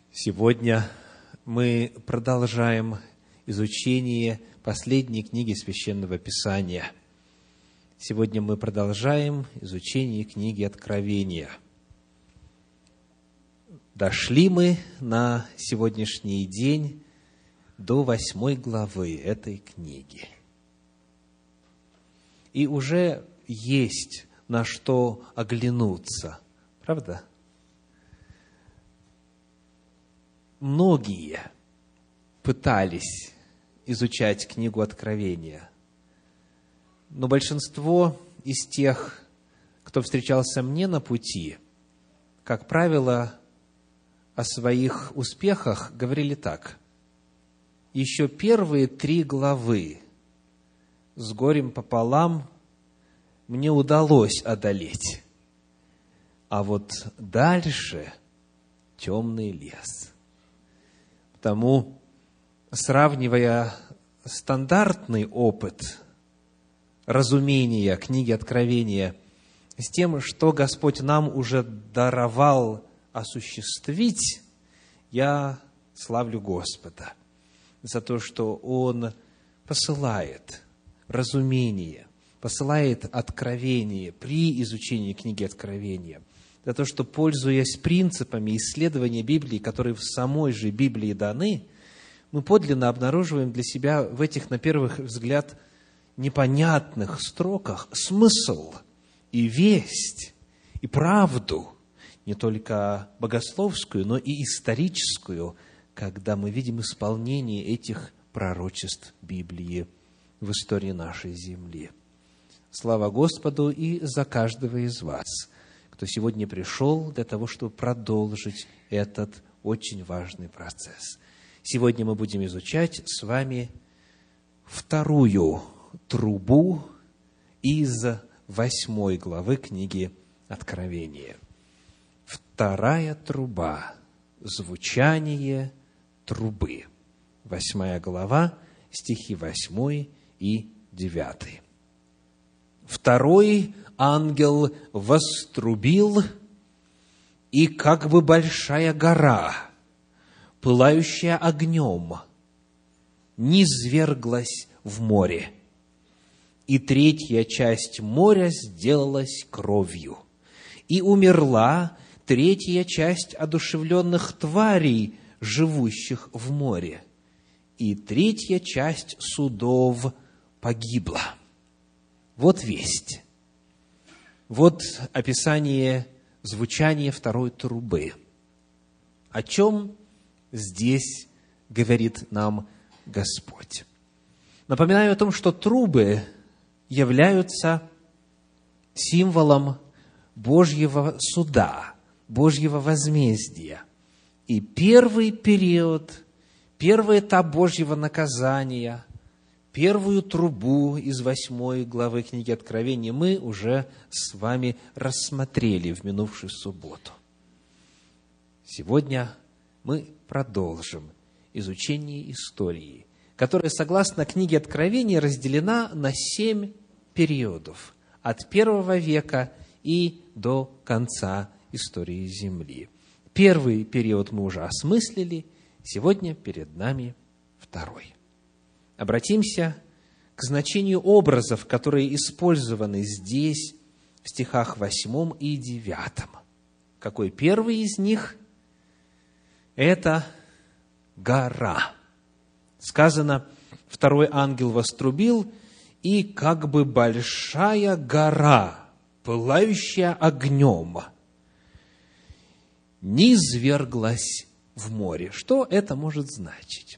Сегодня мы продолжаем изучение последней книги Священного Писания. Сегодня мы продолжаем изучение книги Откровения. Дошли мы на сегодняшний день до 8 главы этой книги. И уже есть на что оглянуться, правда? Многие пытались изучать книгу Откровения, но большинство из тех, кто встречался мне на пути, как правило, о своих успехах говорили так: еще первые 3 главы с горем пополам мне удалось одолеть, а вот дальше темный лес. Потому, сравнивая стандартный опыт разумения книги Откровения с тем, что Господь нам уже даровал осуществить, я славлю Господа за то, что Он посылает разумение, посылает откровение при изучении книги Откровения, за то, что, пользуясь принципами исследования Библии, которые в самой же Библии даны, мы подлинно обнаруживаем для себя в этих, на первый взгляд, непонятных строках смысл и весть, и правду, не только богословскую, но и историческую, когда мы видим исполнение этих пророчеств Библии в истории нашей земли. Слава Господу и за каждого из вас, кто сегодня пришел для того, чтобы продолжить этот очень важный процесс. Сегодня мы будем изучать с вами 2 трубу из 8 главы книги Откровения. 2 труба. Звучание трубы. 8 глава, стихи 8 и 9. Второй ангел вострубил, и как бы большая гора, пылающая огнем, низверглась в море, и 3 часть моря сделалась кровью, и умерла 3 часть одушевленных тварей, живущих в море, и 3 часть судов погибла. Вот весть. Вот описание звучания 2 трубы. О чем здесь говорит нам Господь? Напоминаю о том, что трубы являются символом Божьего суда, Божьего возмездия. И первый период, первый этап Божьего наказания, первую трубу из 8 главы книги Откровения мы уже с вами рассмотрели в минувшую субботу. Сегодня мы продолжим изучение истории, которая, согласно книге Откровения, разделена на 7 периодов, от 1 века и до конца истории Земли. Первый период мы уже осмыслили, сегодня перед нами 2. Обратимся к значению образов, которые использованы здесь, в стихах 8 и 9. Какой первый из них? Это гора. Сказано, 2 ангел вострубил, и как бы большая гора, пылающая огнем, низверглась в море. Что это может значить?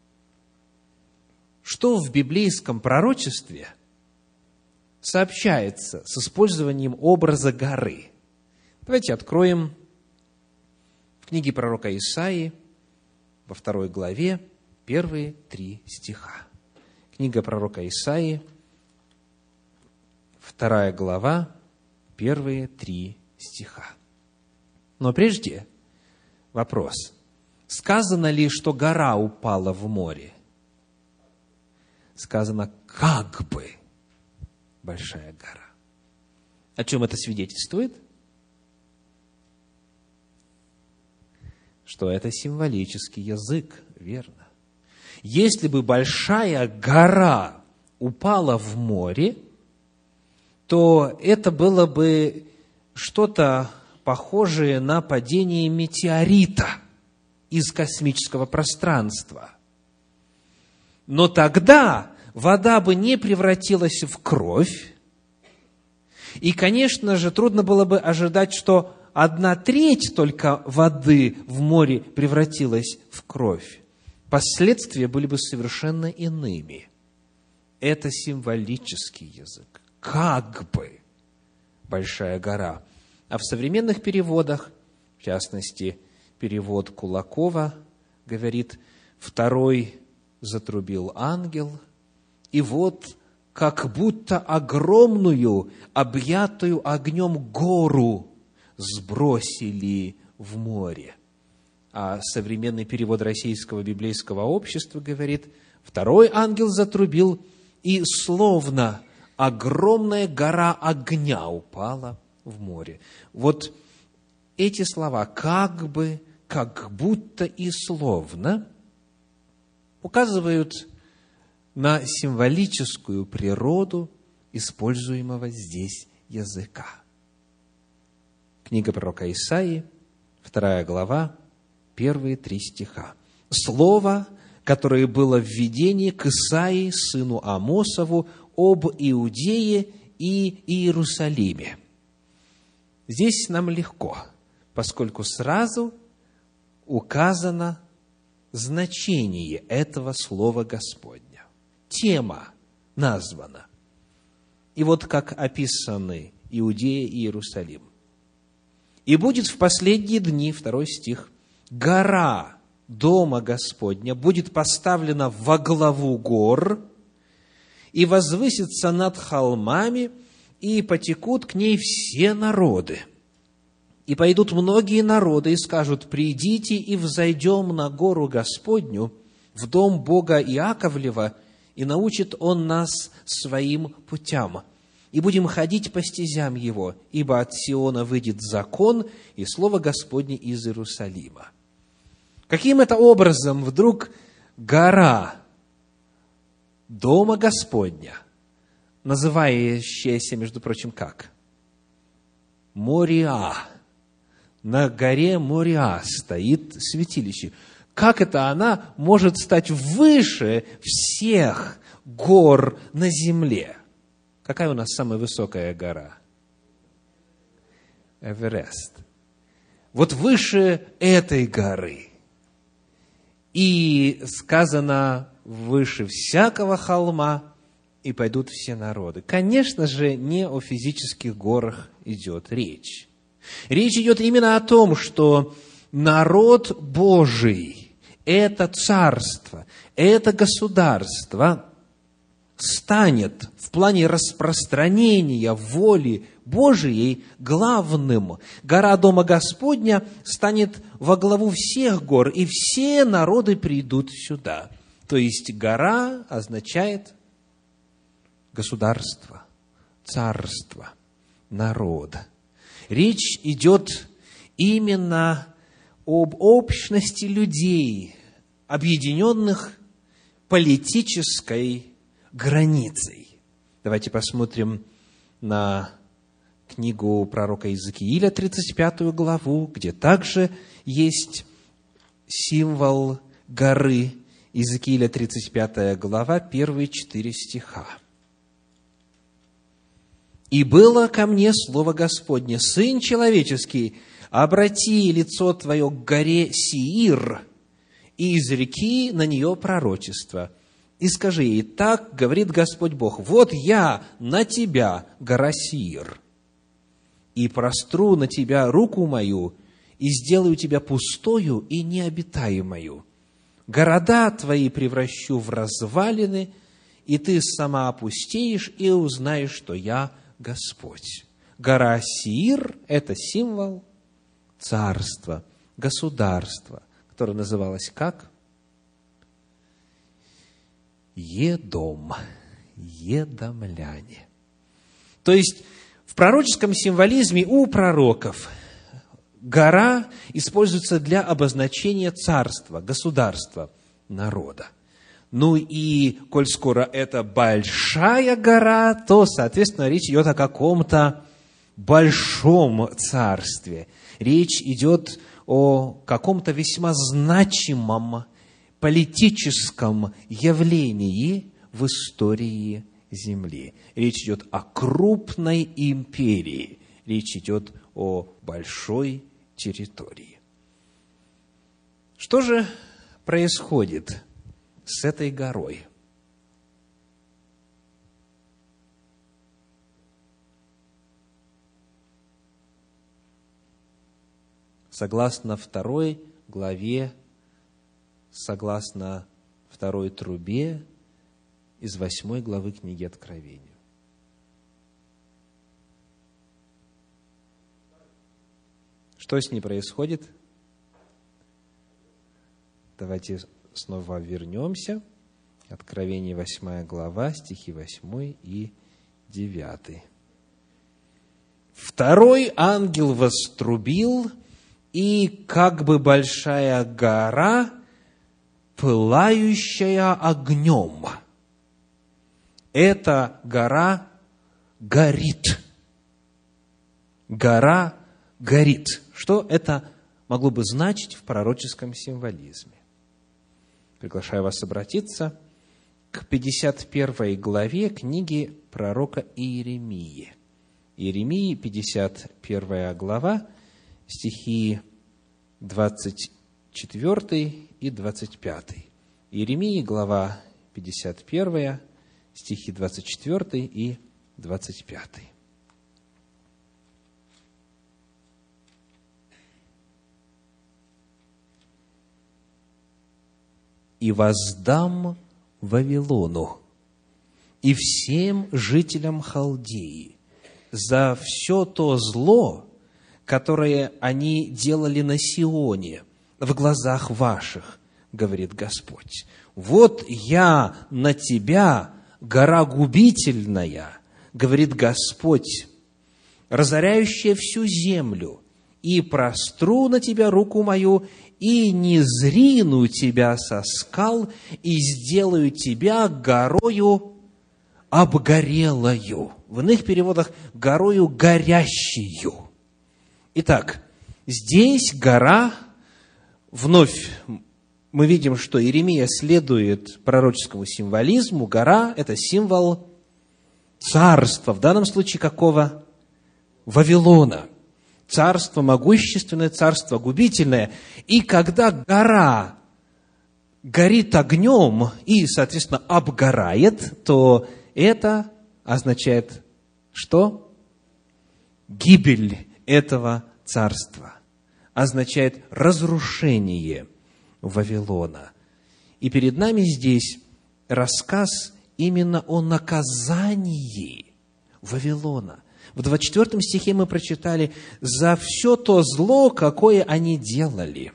Что в библейском пророчестве сообщается с использованием образа горы? Давайте откроем в книге пророка Исаии, во 2 главе, первые 3 стиха. Книга пророка Исаии, 2 глава, первые 3 стиха. Но прежде вопрос. Сказано ли, что гора упала в море? Сказано, как бы большая гора. О чем это свидетельствует? что это символический язык, верно. Если бы большая гора упала в море, то это было бы что-то похожее на падение метеорита из космического пространства. Но тогда вода бы не превратилась в кровь, и, конечно же, трудно было бы ожидать, что 1/3 только воды в море превратилась в кровь. Последствия были бы совершенно иными. Это символический язык, как бы большая гора. А в современных переводах, в частности, перевод Кулакова говорит: «Второй затрубил ангел, и вот как будто огромную, объятую огнем гору сбросили в море». А современный перевод Российского библейского общества говорит: «Второй ангел затрубил, и словно огромная гора огня упала в море». Вот эти слова «как бы», «как будто» и «словно» указывают на символическую природу используемого здесь языка. Книга пророка Исаии, 2 глава, первые 3 стиха. Слово, которое было в видении к Исаии, сыну Амосову, об Иудее и Иерусалиме. Здесь нам легко, поскольку сразу указано значение этого слова Господня. Тема названа. И вот как описаны Иудея и Иерусалим. «И будет в последние дни», 2 стих, «гора Дома Господня будет поставлена во главу гор и возвысится над холмами, и потекут к ней все народы. И пойдут многие народы и скажут: придите и взойдем на гору Господню, в дом Бога Иаковлева, и научит Он нас своим путям. И будем ходить по стезям Его, ибо от Сиона выйдет закон, и слово Господне из Иерусалима». Каким это образом вдруг гора Дома Господня, называющаяся, между прочим, как? Мориа. На горе Мориа стоит святилище. Как это она может стать выше всех гор на земле? Какая у нас самая высокая гора? Эверест. Вот выше этой горы. И сказано: выше всякого холма, и пойдут все народы. Конечно же, не о физических горах идет речь. Речь идет именно о том, что народ Божий, это царство, это государство станет в плане распространения воли Божией главным. Гора Дома Господня станет во главу всех гор, и все народы придут сюда. То есть гора означает государство, царство, народ. Речь идет именно об общности людей, объединенных политической границей. Давайте посмотрим на книгу пророка Иезекииля, 35 главу, где также есть символ горы. Иезекииля, 35 глава, первые 4 стиха. «И было ко мне слово Господне: Сын человеческий, обрати лицо твое к горе Сиир, и изреки на нее пророчество. И скажи ей: так говорит Господь Бог: вот я на тебя, гора Сиир, и простру на тебя руку мою, и сделаю тебя пустою и необитаемою. Города твои превращу в развалины, и ты сама опустеешь, и узнаешь, что я Господь». Гора Сиир – это символ царства, государства, которое называлось как? Едом, едомляне. То есть, в пророческом символизме у пророков гора используется для обозначения царства, государства, народа. Ну и, коль скоро это большая гора, то, соответственно, речь идет о каком-то большом царстве. Речь идет о каком-то весьма значимом политическом явлении в истории Земли. Речь идет о крупной империи. Речь идет о большой территории. Что же происходит с этой горой? Согласно 2 главе, согласно 2 трубе из 8 главы книги Откровения. Что с ней происходит? Давайте снова вернемся. Откровение 8 глава, стихи 8 и 9. «Второй ангел вострубил, и как бы большая гора, пылающая огнем». Эта гора горит. Гора горит. Что это могло бы значить в пророческом символизме? Приглашаю вас обратиться к 51 главе книги пророка Иеремии. Иеремии, 51 глава, стихи 24 и 25. Иеремии, глава 51, стихи 24 и 25. «И воздам Вавилону и всем жителям Халдеи за все то зло, которое они делали на Сионе в глазах ваших, говорит Господь. Вот я на тебя, гора губительная, говорит Господь, разоряющая всю землю, и простру на тебя руку мою, и не зрину тебя со скал, и сделаю тебя горою обгорелою». В иных переводах горою горящую. Итак, здесь гора, вновь мы видим, что Иеремия следует пророческому символизму. Гора – это символ царства, в данном случае какого? Вавилона. Царство могущественное, царство губительное. И когда гора горит огнем и, соответственно, обгорает, то это означает что? Гибель этого царства. Означает разрушение Вавилона. И перед нами здесь рассказ именно о наказании Вавилона. В 24 стихе мы прочитали «за все то зло, какое они делали».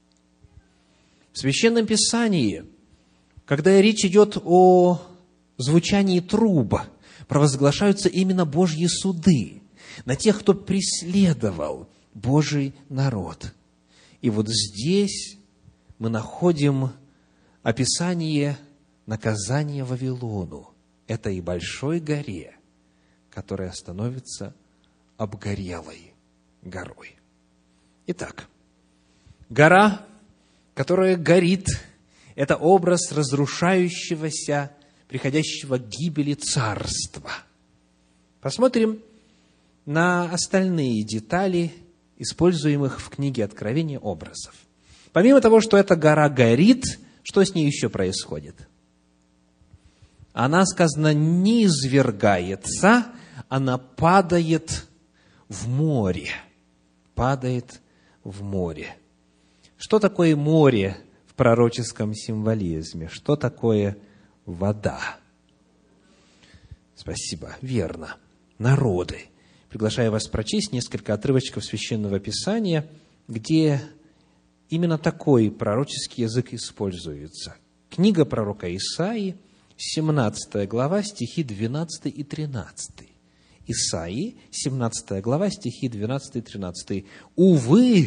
В Священном Писании, когда речь идет о звучании труб, провозглашаются именно Божьи суды на тех, кто преследовал Божий народ. И вот здесь мы находим описание наказания Вавилону, этой большой горе, которая становится обгорелой горой. Итак, гора, которая горит, это образ разрушающегося, приходящего к гибели царства. Посмотрим на остальные детали, используемых в книге Откровения образов. Помимо того, что эта гора горит, что с ней еще происходит? Она, сказано, низвергается, она падает в море. Падает в море. Что такое море в пророческом символизме? Что такое вода? Спасибо, верно. Народы. Приглашаю вас прочесть несколько отрывочков Священного Писания, где именно такой пророческий язык используется. Книга пророка Исаии, 17 глава, стихи 12 и 13. Исаии, 17 глава, стихи 12-13. «Увы,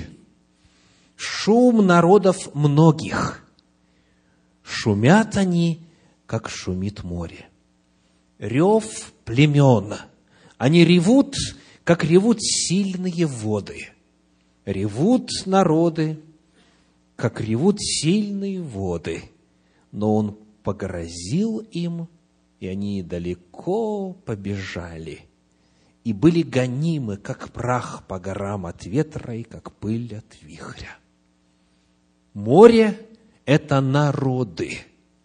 шум народов многих, шумят они, как шумит море. Рев племен, они ревут, как ревут сильные воды. Ревут народы, как ревут сильные воды. Но он погрозил им, и они далеко побежали, и были гонимы, как прах по горам от ветра и как пыль от вихря». Море – это народы.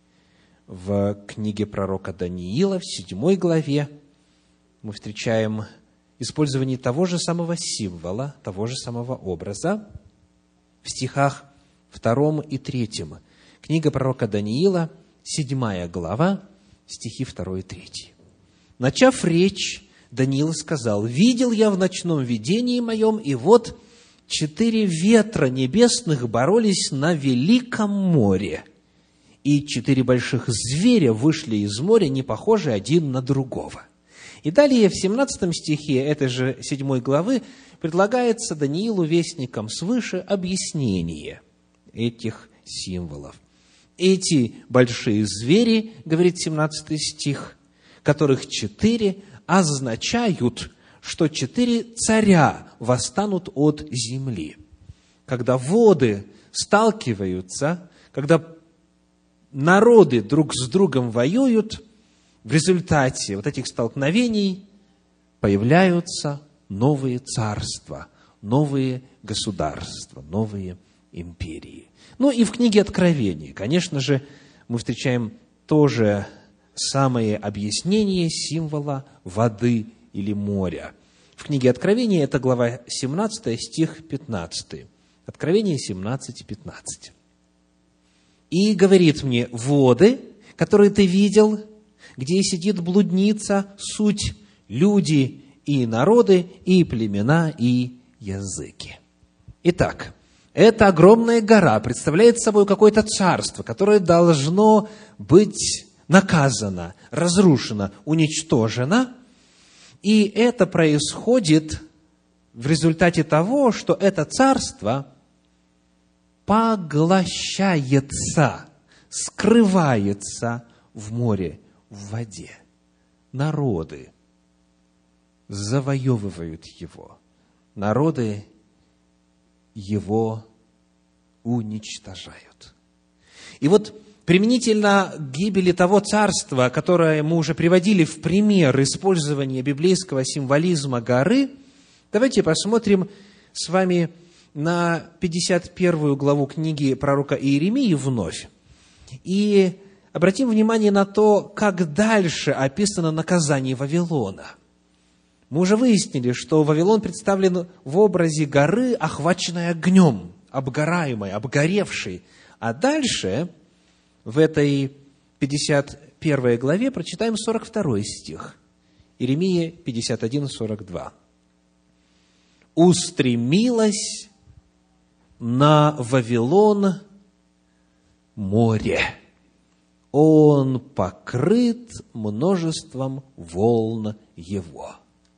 В книге пророка Даниила, в 7 главе, мы встречаем использование того же самого символа, того же самого образа в стихах 2 и 3. Книга пророка Даниила, 7 глава, стихи 2 и 3. «Начав речь, Даниил сказал: «Видел я в ночном видении моем, и вот 4 ветра небесных боролись на великом море, и 4 больших зверя вышли из моря, не похожие один на другого». И далее в 17 стихе этой же 7 главы предлагается Даниилу, вестникам свыше, объяснение этих символов. Эти большие звери, говорит 17 стих, которых 4, означают, что 4 царя восстанут от земли. Когда воды сталкиваются, когда народы друг с другом воюют, в результате вот этих столкновений появляются новые царства, новые государства, новые империи. Ну и в книге Откровения, конечно же, мы встречаем тоже самое объяснение символа воды или моря. В книге Откровения, это глава 17, стих 15. Откровение 17, 15. «И говорит мне: воды, которые ты видел, где сидит блудница, суть люди и народы, и племена, и языки». Итак, эта огромная гора представляет собой какое-то царство, которое должно быть наказано, разрушено, уничтожено. И это происходит в результате того, что это царство поглощается, скрывается в море, в воде. Народы завоевывают его. Народы его уничтожают. И вот применительно к гибели того царства, которое мы уже приводили в пример использования библейского символизма горы, давайте посмотрим с вами на 51 главу книги пророка Иеремии вновь. И обратим внимание на то, как дальше описано наказание Вавилона. Мы уже выяснили, что Вавилон представлен в образе горы, охваченной огнем, обгораемой, обгоревшей. А дальше, в этой 51 главе, прочитаем 42 стих. Иеремия 51, 42. «Устремилось на Вавилон море. Он покрыт множеством волн его».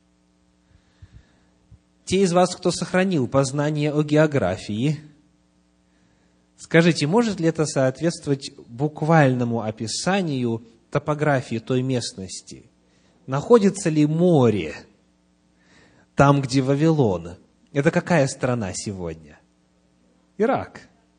Те из вас, кто сохранил познание о географии, скажите, может ли это соответствовать буквальному описанию топографии той местности? Находится ли море там, где Вавилон? Это какая страна сегодня? Ирак.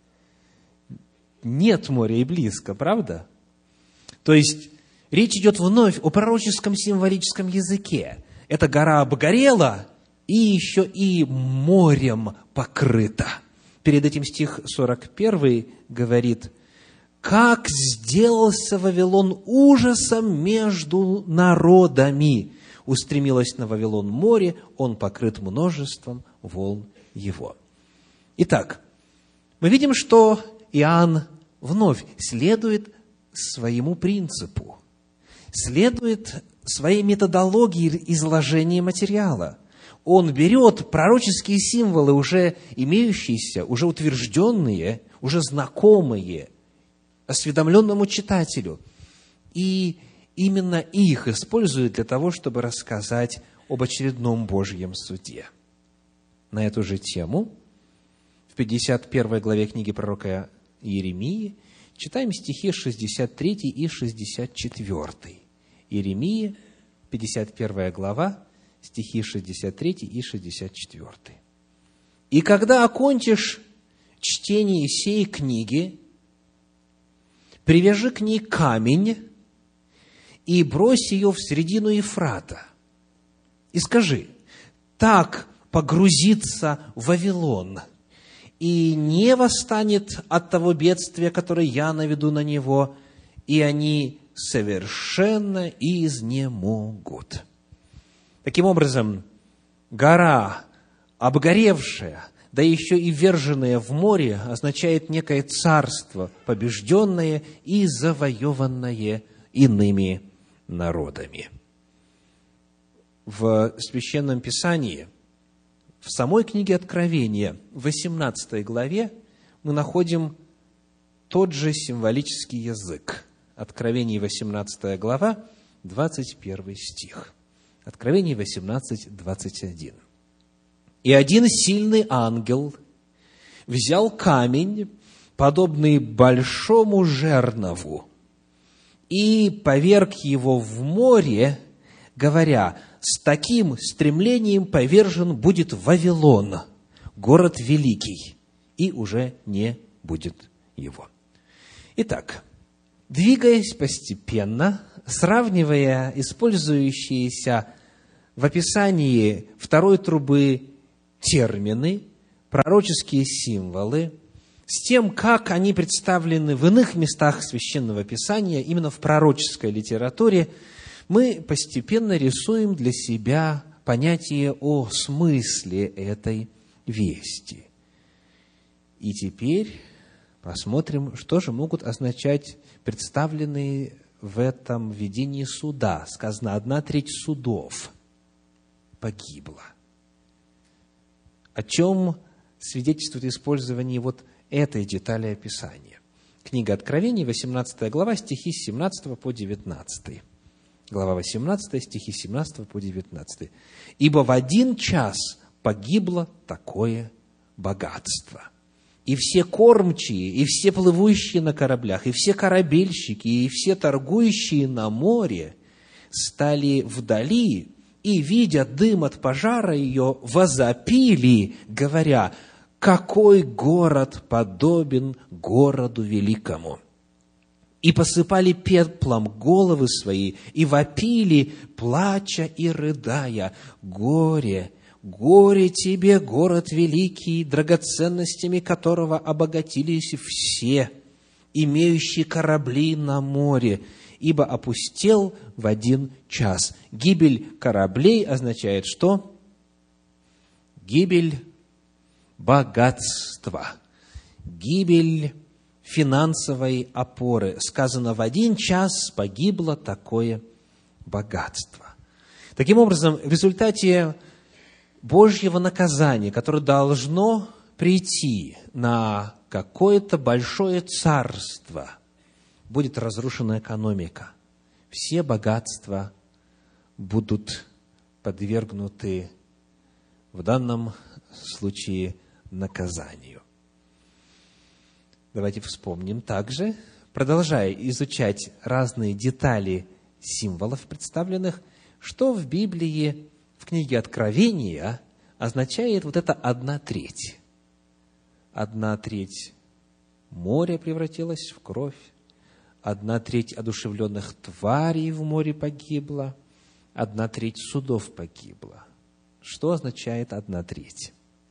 Нет моря и близко, правда? То есть, речь идет вновь о пророческом символическом языке. Эта гора обгорела и еще и морем покрыта. Перед этим стих 41 говорит: «Как сделался Вавилон ужасом между народами! Устремилось на Вавилон море, он покрыт множеством волн его». Итак, мы видим, что Иоанн вновь следует своему принципу, следует своей методологии изложения материала. Он берет пророческие символы, уже имеющиеся, уже утвержденные, уже знакомые осведомленному читателю, и именно их использует для того, чтобы рассказать об очередном Божьем суде. На эту же тему в 51 главе книги пророка Иеремии читаем стихи 63 и 64. Иеремия, 51 глава, стихи 63 и 64. «И когда окончишь чтение сей книги, привяжи к ней камень и брось ее в середину Ефрата, и скажи: так погрузится Вавилон, и не восстанет от того бедствия, которое я наведу на него, и они совершенно изнемогут». Таким образом, гора, обгоревшая, да еще и вверженная в море, означает некое царство, побежденное и завоеванное иными народами. В Священном Писании, в самой книге Откровения, в 18 главе, мы находим тот же символический язык. Откровение, 18 глава, 21 стих. Откровение 18, 21. «И один сильный ангел взял камень, подобный большому жернову, и поверг его в море, говоря: с таким стремлением повержен будет Вавилон, город великий, и уже не будет его». Итак, двигаясь постепенно, сравнивая использующиеся в описании второй трубы термины, пророческие символы, с тем, как они представлены в иных местах Священного Писания, именно в пророческой литературе, мы постепенно рисуем для себя понятие о смысле этой вести. И теперь посмотрим, что же могут означать представленные в этом видении суда. Сказано, 1/3 судов погибла. О чем свидетельствует использование вот этой детали описания? Книга Откровений, 18 глава, стихи с 17 по 19. Глава 18, стихи с 17 по 19. «Ибо в 1 час погибло такое богатство. И все кормчие, и все плывущие на кораблях, и все корабельщики, и все торгующие на море стали вдали, и, видя дым от пожара ее, возопили, говоря: какой город подобен городу великому! И посыпали пеплом головы свои, и вопили, плача и рыдая: горе, горе тебе, город великий, драгоценностями которого обогатились все, имеющие корабли на море, ибо опустел в 1 час». Гибель кораблей означает что? Гибель богатства, гибель финансовой опоры. Сказано, в 1 час погибло такое богатство. Таким образом, в результате Божьего наказания, которое должно прийти на какое-то большое царство, будет разрушена экономика. Все богатства будут подвергнуты в данном случае наказанию. Давайте вспомним также, продолжая изучать разные детали символов представленных, что в Библии, в книге Откровения означает вот это 1/3. 1/3 моря превратилась в кровь, 1/3 одушевленных тварей в море погибла, 1/3 судов погибла. Что означает 1/3?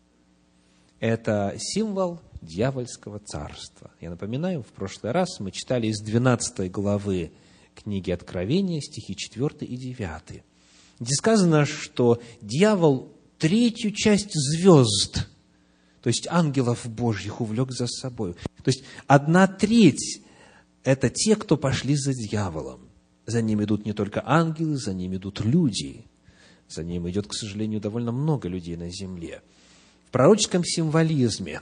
Это символ дьявольского царства. Я напоминаю, в прошлый раз мы читали из 12 главы книги Откровения, стихи 4 и 9, где сказано, что дьявол 1/3 часть звезд, то есть ангелов Божьих, увлек за собой. То есть 1/3 – это те, кто пошли за дьяволом. За ним идут не только ангелы, за ним идут люди. За ним идет, к сожалению, довольно много людей на земле. В пророческом символизме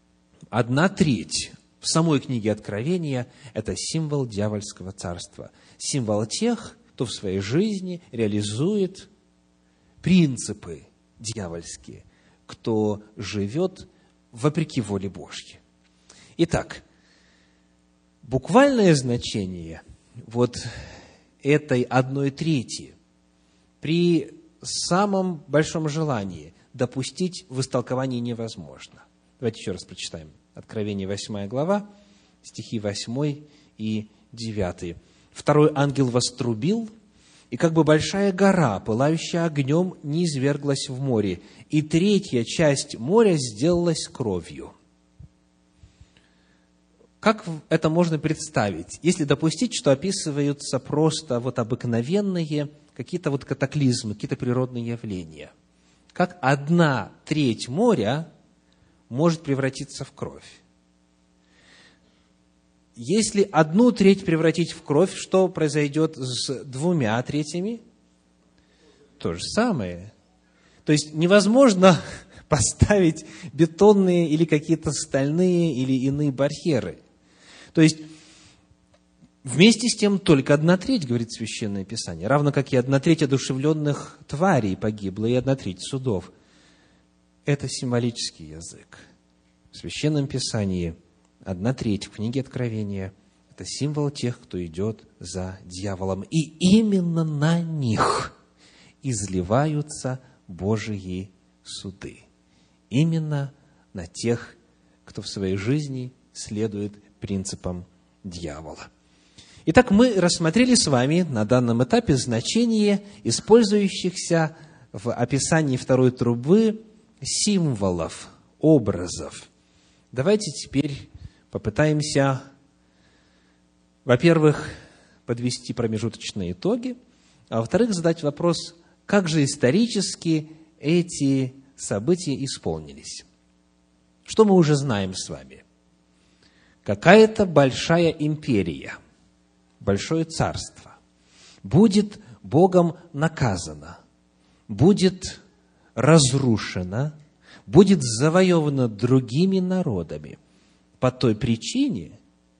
1/3 в самой книге Откровения – это символ дьявольского царства. Символ тех, кто в своей жизни реализует принципы дьявольские, кто живет вопреки воле Божьей. Итак, буквальное значение вот этой 1/3 при самом большом желании допустить в истолковании невозможно. Давайте еще раз прочитаем. Откровение 8 глава, стихи 8 и 9. «Второй ангел вострубил, и как бы большая гора, пылающая огнем, ниизверглась в море, и третья часть моря сделалась кровью». Как это можно представить, если допустить, что описываются просто вот обыкновенные какие-то вот катаклизмы, какие-то природные явления? Как 1/3 моря может превратиться в кровь? Если 1/3 превратить в кровь, что произойдет с 2/3? То же самое. То есть невозможно поставить бетонные или какие-то стальные или иные барьеры. То есть вместе с тем только 1/3, говорит Священное Писание, равно как и 1/3 одушевленных тварей погибла, и 1/3 судов. Это символический язык. В Священном Писании 1/3 в книге Откровения – это символ тех, кто идет за дьяволом. И именно на них изливаются Божьи суды. Именно на тех, кто в своей жизни следует принципам дьявола. Итак, мы рассмотрели с вами на данном этапе значение использующихся в описании второй трубы символов, образов. Давайте теперь попытаемся, во-первых, подвести промежуточные итоги, а во-вторых, задать вопрос, как же исторически эти события исполнились. Что мы уже знаем с вами? Какая-то большая империя, большое царство будет Богом наказано, будет разрушено, будет завоевано другими народами по той причине,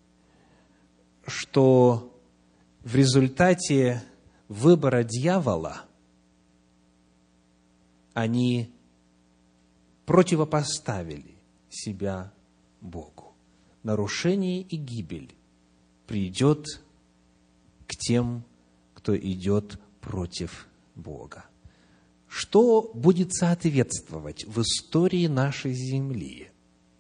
что в результате выбора дьявола они противопоставили себя Богу. Нарушение и гибель придет к тем, кто идет против Бога. Что будет соответствовать в истории нашей земли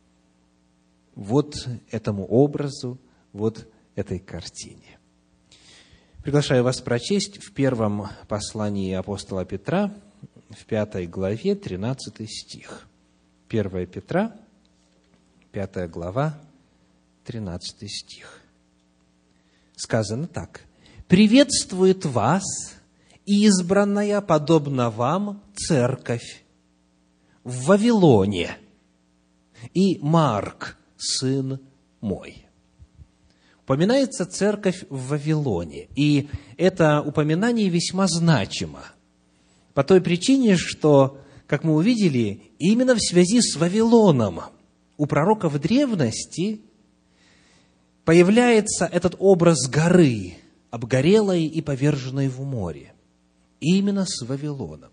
вот этому образу, вот этой картине? Приглашаю вас прочесть в первом послании апостола Петра, в 5 главе, 13 стих. 1 Петра, 5 глава, 13 стих. Сказано так. «Приветствует вас избранная, подобно вам, церковь в Вавилоне, и Марк, сын мой». Упоминается церковь в Вавилоне, и это упоминание весьма значимо, по той причине, что, как мы увидели, именно в связи с Вавилоном у пророка в древности появляется этот образ горы, обгорелой и поверженной в море. Именно с Вавилоном.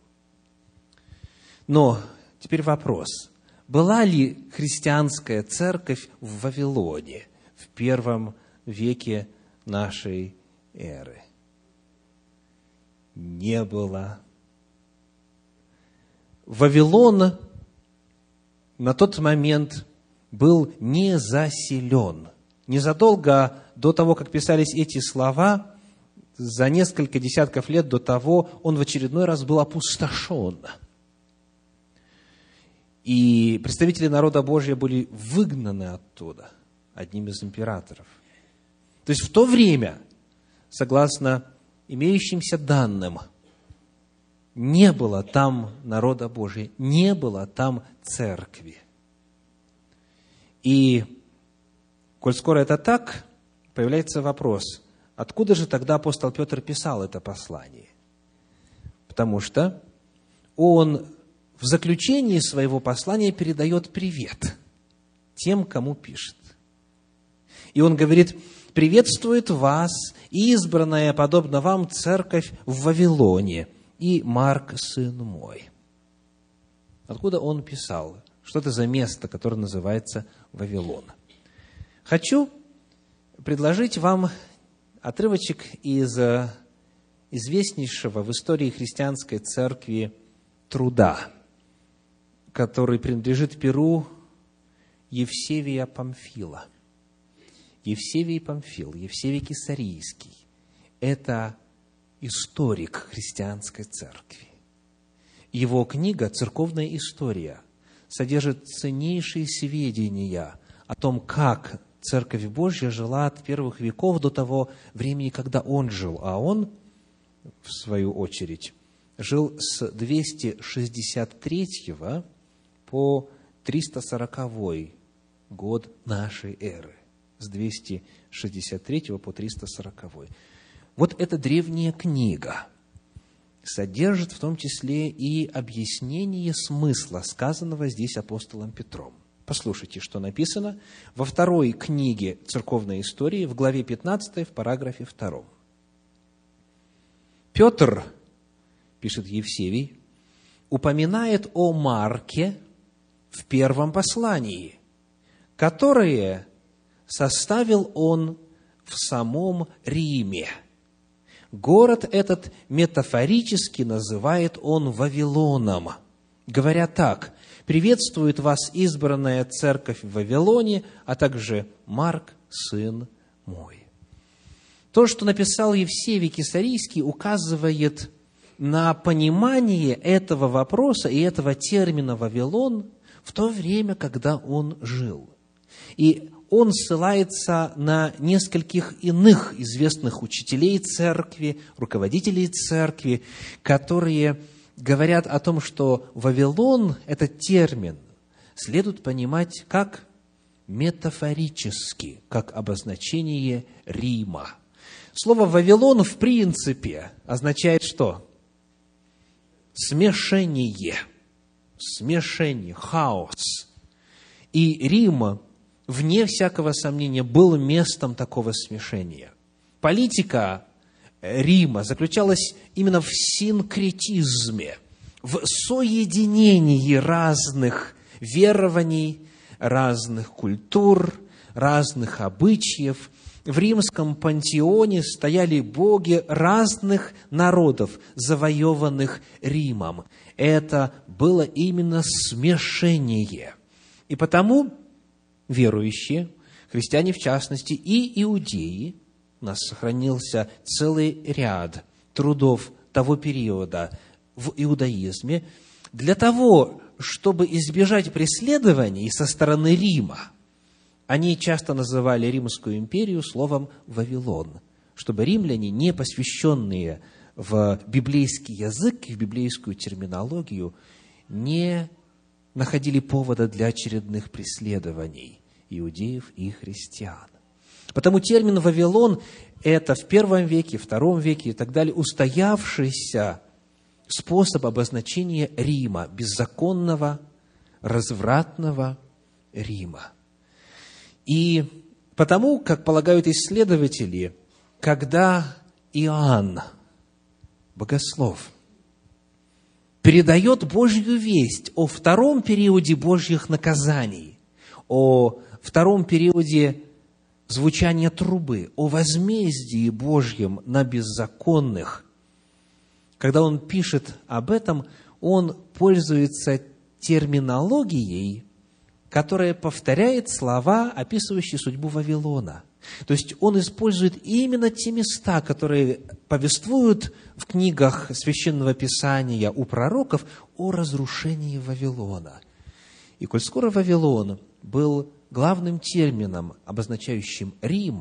Но теперь вопрос. Была ли христианская церковь в Вавилоне в первом веке нашей эры? Не было. Вавилон на тот момент был не заселен. Незадолго до того, как писались эти слова, за несколько десятков лет до того, он в очередной раз был опустошен. И представители народа Божия были выгнаны оттуда одним из императоров. То есть в то время, согласно имеющимся данным, не было там народа Божия, не было там церкви. И, коль скоро это так, появляется вопрос, откуда же тогда апостол Петр писал это послание? Потому что он в заключении своего послания передает привет тем, кому пишет. И он говорит: «Приветствует вас избранная, подобно вам, церковь в Вавилоне, и Марк, сын мой». Откуда он писал? Что это за место, которое называется Вавилон? Хочу предложить вам отрывочек из известнейшего в истории христианской церкви труда, который принадлежит перу Евсевия Памфила. Евсевий Памфил, Евсевий Кесарийский – это историк христианской церкви. Его книга «Церковная история» содержит ценнейшие сведения о том, как Церковь Божья жила от первых веков до того времени, когда он жил. А он, в свою очередь, жил с 263 по 340 год нашей эры. С 263 по 340. Вот эта древняя книга содержит в том числе и объяснение смысла сказанного здесь апостолом Петром. Послушайте, что написано во второй книге церковной истории, в главе 15, в параграфе 2. Петр, пишет Евсевий, упоминает о Марке в первом послании, которое составил он в самом Риме. Город этот метафорически называет он Вавилоном, говоря так: «Приветствует вас избранная церковь в Вавилоне, а также Марк, сын мой». То, что написал Евсевий Кесарийский, указывает на понимание этого вопроса и этого термина «Вавилон» в то время, когда он жил. И он ссылается на нескольких иных известных учителей церкви, руководителей церкви, которые говорят о том, что Вавилон, этот термин, следует понимать как метафорически, как обозначение Рима. Слово «Вавилон» в принципе означает что? Смешение, хаос. И Рим, вне всякого сомнения, был местом такого смешения. Политика Рима заключалась именно в синкретизме, в соединении разных верований, разных культур, разных обычаев. В римском пантеоне стояли боги разных народов, завоеванных Римом. Это было именно смешение. И потому верующие, христиане в частности, и иудеи, у нас сохранился целый ряд трудов того периода в иудаизме, для того, чтобы избежать преследований со стороны Рима, они часто называли Римскую империю словом «Вавилон», чтобы римляне, не посвященные в библейский язык и в библейскую терминологию, не находили повода для очередных преследований иудеев и христиан. Потому термин «Вавилон» – это в первом веке, втором веке и так далее устоявшийся способ обозначения Рима, беззаконного, развратного Рима. И потому, как полагают исследователи, когда Иоанн, богослов, передает Божью весть о втором периоде Божьих наказаний, о втором периоде звучания трубы, о возмездии Божьем на беззаконных, когда он пишет об этом, он пользуется терминологией, которая повторяет слова, описывающие судьбу Вавилона. То есть он использует именно те места, которые повествуют в книгах Священного Писания у пророков о разрушении Вавилона. И коль скоро Вавилон был главным термином, обозначающим Рим,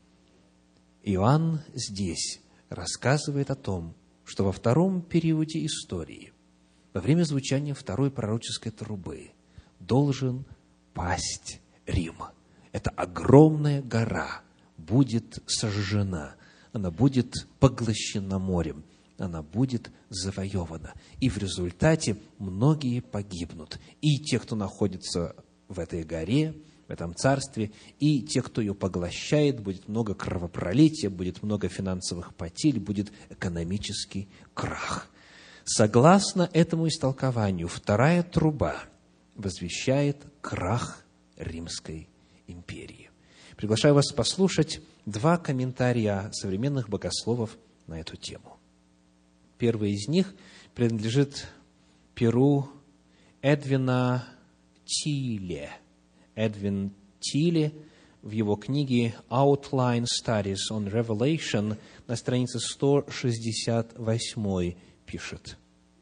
Иоанн здесь рассказывает о том, что во втором периоде истории, во время звучания второй пророческой трубы, должен пасть Рим. Эта огромная гора будет сожжена, она будет поглощена морем, она будет завоевана. И в результате многие погибнут. И те, кто находится в этой горе, в этом царстве, и те, кто ее поглощает, будет много кровопролития, будет много финансовых потерь, будет экономический крах. Согласно этому истолкованию, вторая труба возвещает крах Римской империи. Приглашаю вас послушать два комментария современных богословов на эту тему. Первый из них принадлежит перу Эдвина Тиле. Эдвин Тиле в его книге Outline Studies on Revelation на странице 168 пишет: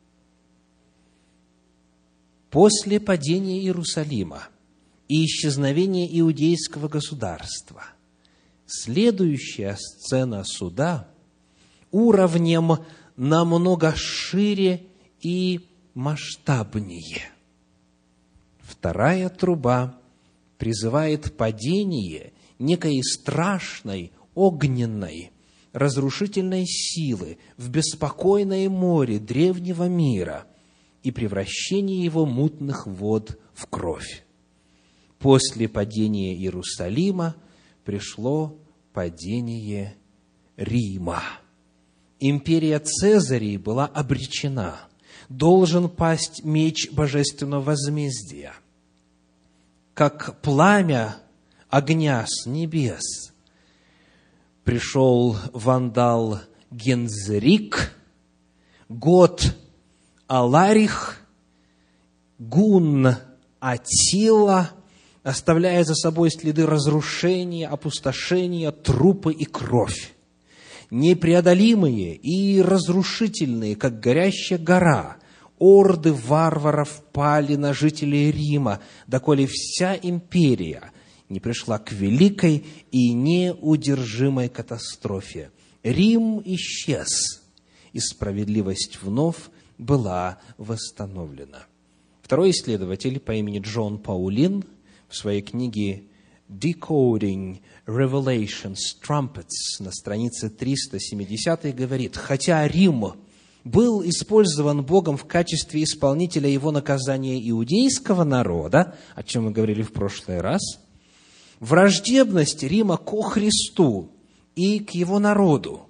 «После падения Иерусалима и исчезновения иудейского государства следующая сцена суда уровнем намного шире и масштабнее. Вторая труба призывает падение некой страшной, огненной, разрушительной силы в беспокойное море древнего мира и превращение его мутных вод в кровь. После падения Иерусалима пришло падение Рима. Империя Цезарей была обречена. Должен пасть меч божественного возмездия. Как пламя огня с небес пришел вандал Гензрик, Гот Аларих, Гунн Аттила, оставляя за собой следы разрушения, опустошения, трупы и кровь. Непреодолимые и разрушительные, как горящая гора, орды варваров пали на жителей Рима, доколе вся империя не пришла к великой и неудержимой катастрофе. Рим исчез, и справедливость вновь была восстановлена. Второй исследователь по имени Джон Паулин в своей книге Decoding Revelation's Trumpets на странице 370 говорит: хотя Рим был использован Богом в качестве исполнителя его наказания иудейского народа, о чем мы говорили в прошлый раз, враждебность Рима ко Христу и к его народу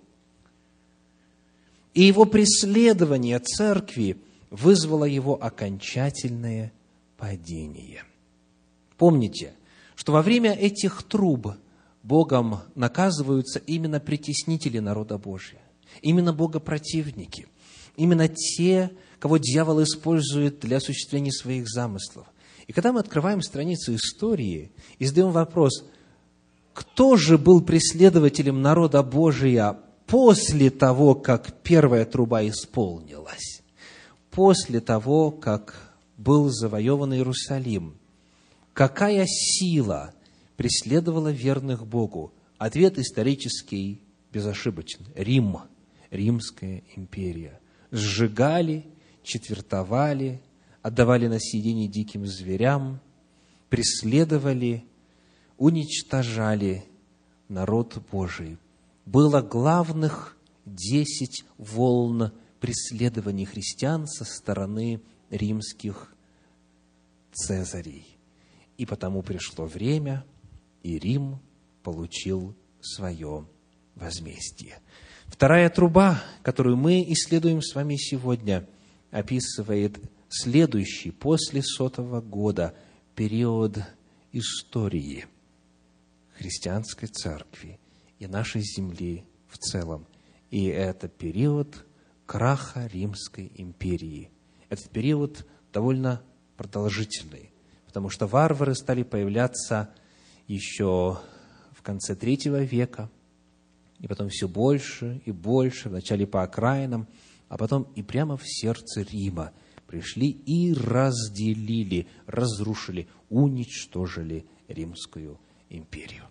и его преследование церкви вызвало его окончательное падение. Помните, что во время этих труб Богом наказываются именно притеснители народа Божия, именно богопротивники, именно те, кого дьявол использует для осуществления своих замыслов. И когда мы открываем страницу истории и задаем вопрос, кто же был преследователем народа Божия после того, как первая труба исполнилась, после того, как был завоеван Иерусалим, какая сила преследовала верных Богу? Ответ исторический безошибочен. Рим, Римская империя. Сжигали, четвертовали, отдавали на съедение диким зверям, преследовали, уничтожали народ Божий. Было главных 10 волн преследований христиан со стороны римских цезарей. И потому пришло время, и Рим получил свое возмездие. Вторая труба, которую мы исследуем с вами сегодня, описывает следующий, после 100-го года, период истории христианской церкви и нашей земли в целом. И это период краха Римской империи. Этот период довольно продолжительный, потому что варвары стали появляться еще в конце III века, и потом все больше и больше, вначале по окраинам, а потом и прямо в сердце Рима пришли и разделили, разрушили, уничтожили Римскую империю.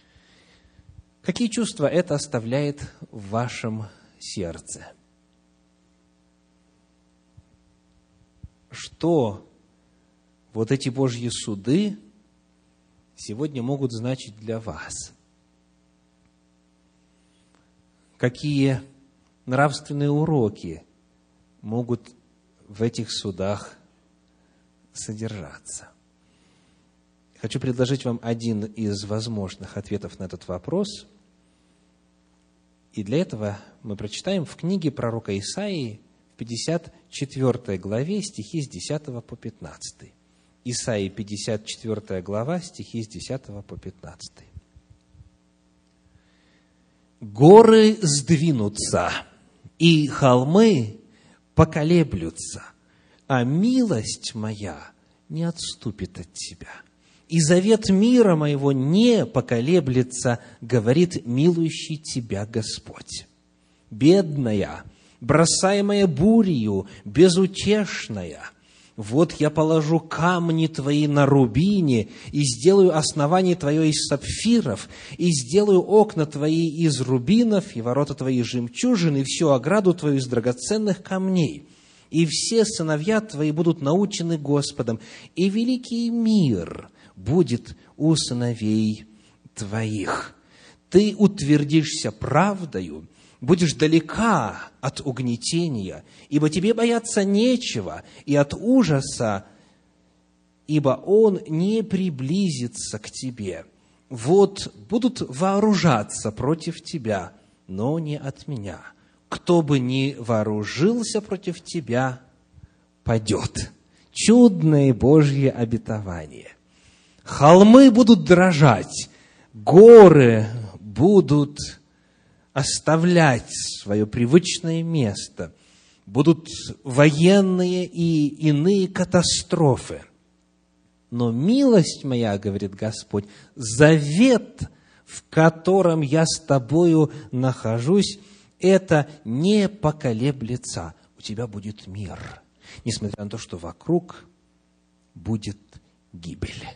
Какие чувства это оставляет в вашем сердце? Что вот эти Божьи суды сегодня могут значить для вас? Какие нравственные уроки могут в этих судах содержаться? Хочу предложить вам один из возможных ответов на этот вопрос. И для этого мы прочитаем в книге пророка Исаии, в 54 главе, стихи с 10 по 15. Исаии, 54 глава, стихи с 10 по 15. «Горы сдвинутся, и холмы поколеблются, а милость моя не отступит от тебя. И завет мира моего не поколеблется, говорит милующий тебя Господь. Бедная, бросаемая бурею, безутешная, вот я положу камни твои на рубине, и сделаю основание твое из сапфиров, и сделаю окна твои из рубинов, и ворота твои из жемчужин, и всю ограду твою из драгоценных камней. И все сыновья твои будут научены Господом, и великий мир будет у сыновей твоих. Ты утвердишься правдою, будешь далека от угнетения, ибо тебе бояться нечего, и от ужаса, ибо он не приблизится к тебе. Вот будут вооружаться против тебя, но не от меня. Кто бы ни вооружился против тебя, падет». Чудное Божье обетование. Холмы будут дрожать, горы будут оставлять свое привычное место, будут военные и иные катастрофы. Но милость моя, говорит Господь, завет, в котором я с тобою нахожусь, это не поколеблется. У тебя будет мир, несмотря на то, что вокруг будет гибель.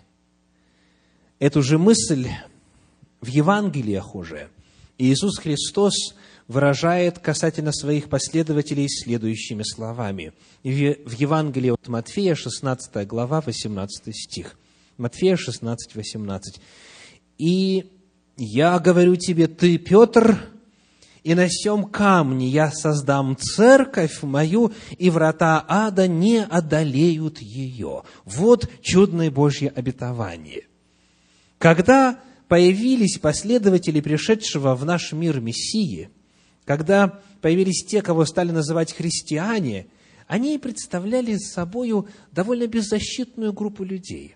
Эту же мысль в Евангелиях уже Иисус Христос выражает касательно своих последователей следующими словами. В Евангелии от Матфея, 16 глава, 18 стих. Матфея 16, 18. «И я говорю тебе, ты, Петр, и на сем камне я создам церковь мою, и врата ада не одолеют ее». Вот чудное Божье обетование. Когда появились последователи пришедшего в наш мир Мессии, когда появились те, кого стали называть христиане, они представляли собою довольно беззащитную группу людей.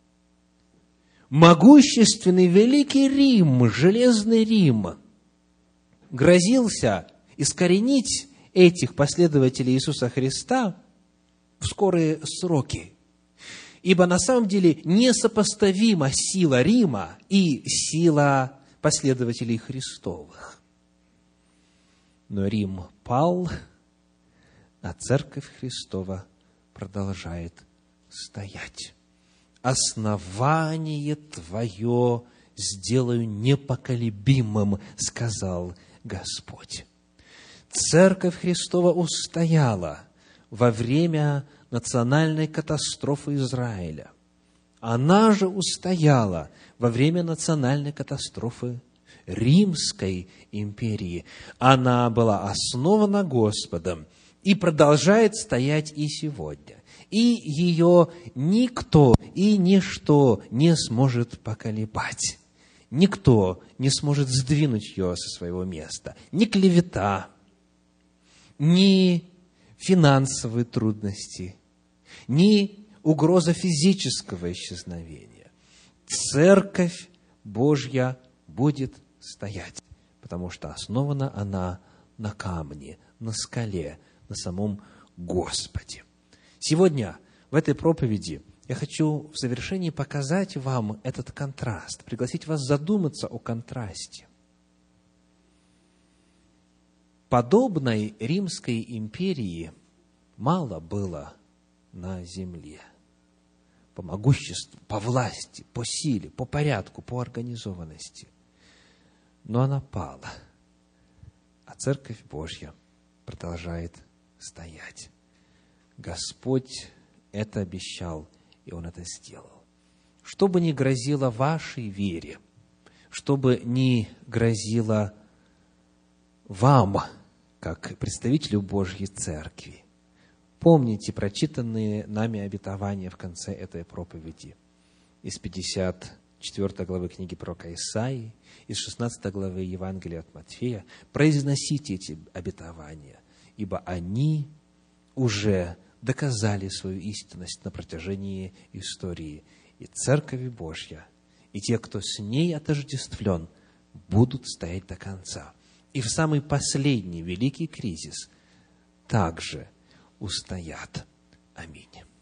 Могущественный великий Рим, Железный Рим, грозился искоренить этих последователей Иисуса Христа в скорые сроки. Ибо на самом деле несопоставима сила Рима и сила последователей Христовых. Но Рим пал, а Церковь Христова продолжает стоять. «Основание твое сделаю непоколебимым», сказал Господь. Церковь Христова устояла во время национальной катастрофы Израиля. Она же устояла во время национальной катастрофы Римской империи. Она была основана Господом и продолжает стоять и сегодня. И ее никто и ничто не сможет поколебать. Никто не сможет сдвинуть ее со своего места. Ни клевета, ни финансовые трудности, ни угроза физического исчезновения. Церковь Божья будет стоять, потому что основана она на камне, на скале, на самом Господе. Сегодня в этой проповеди я хочу в завершении показать вам этот контраст, пригласить вас задуматься о контрасте. Подобной Римской империи мало было на земле. По могуществу, по власти, по силе, по порядку, по организованности. Но она пала, а Церковь Божья продолжает стоять. Господь это обещал, и Он это сделал. Что бы ни грозило вашей вере, что бы ни грозило вам, как представителю Божьей Церкви, помните прочитанные нами обетования в конце этой проповеди из 54 главы книги пророка Исаии, из 16 главы Евангелия от Матфея. Произносите эти обетования, ибо они уже доказали свою истинность на протяжении истории. И Церковь Божья, и те, кто с ней отождествлен, будут стоять до конца. И в самый последний великий кризис также устоят. Аминь.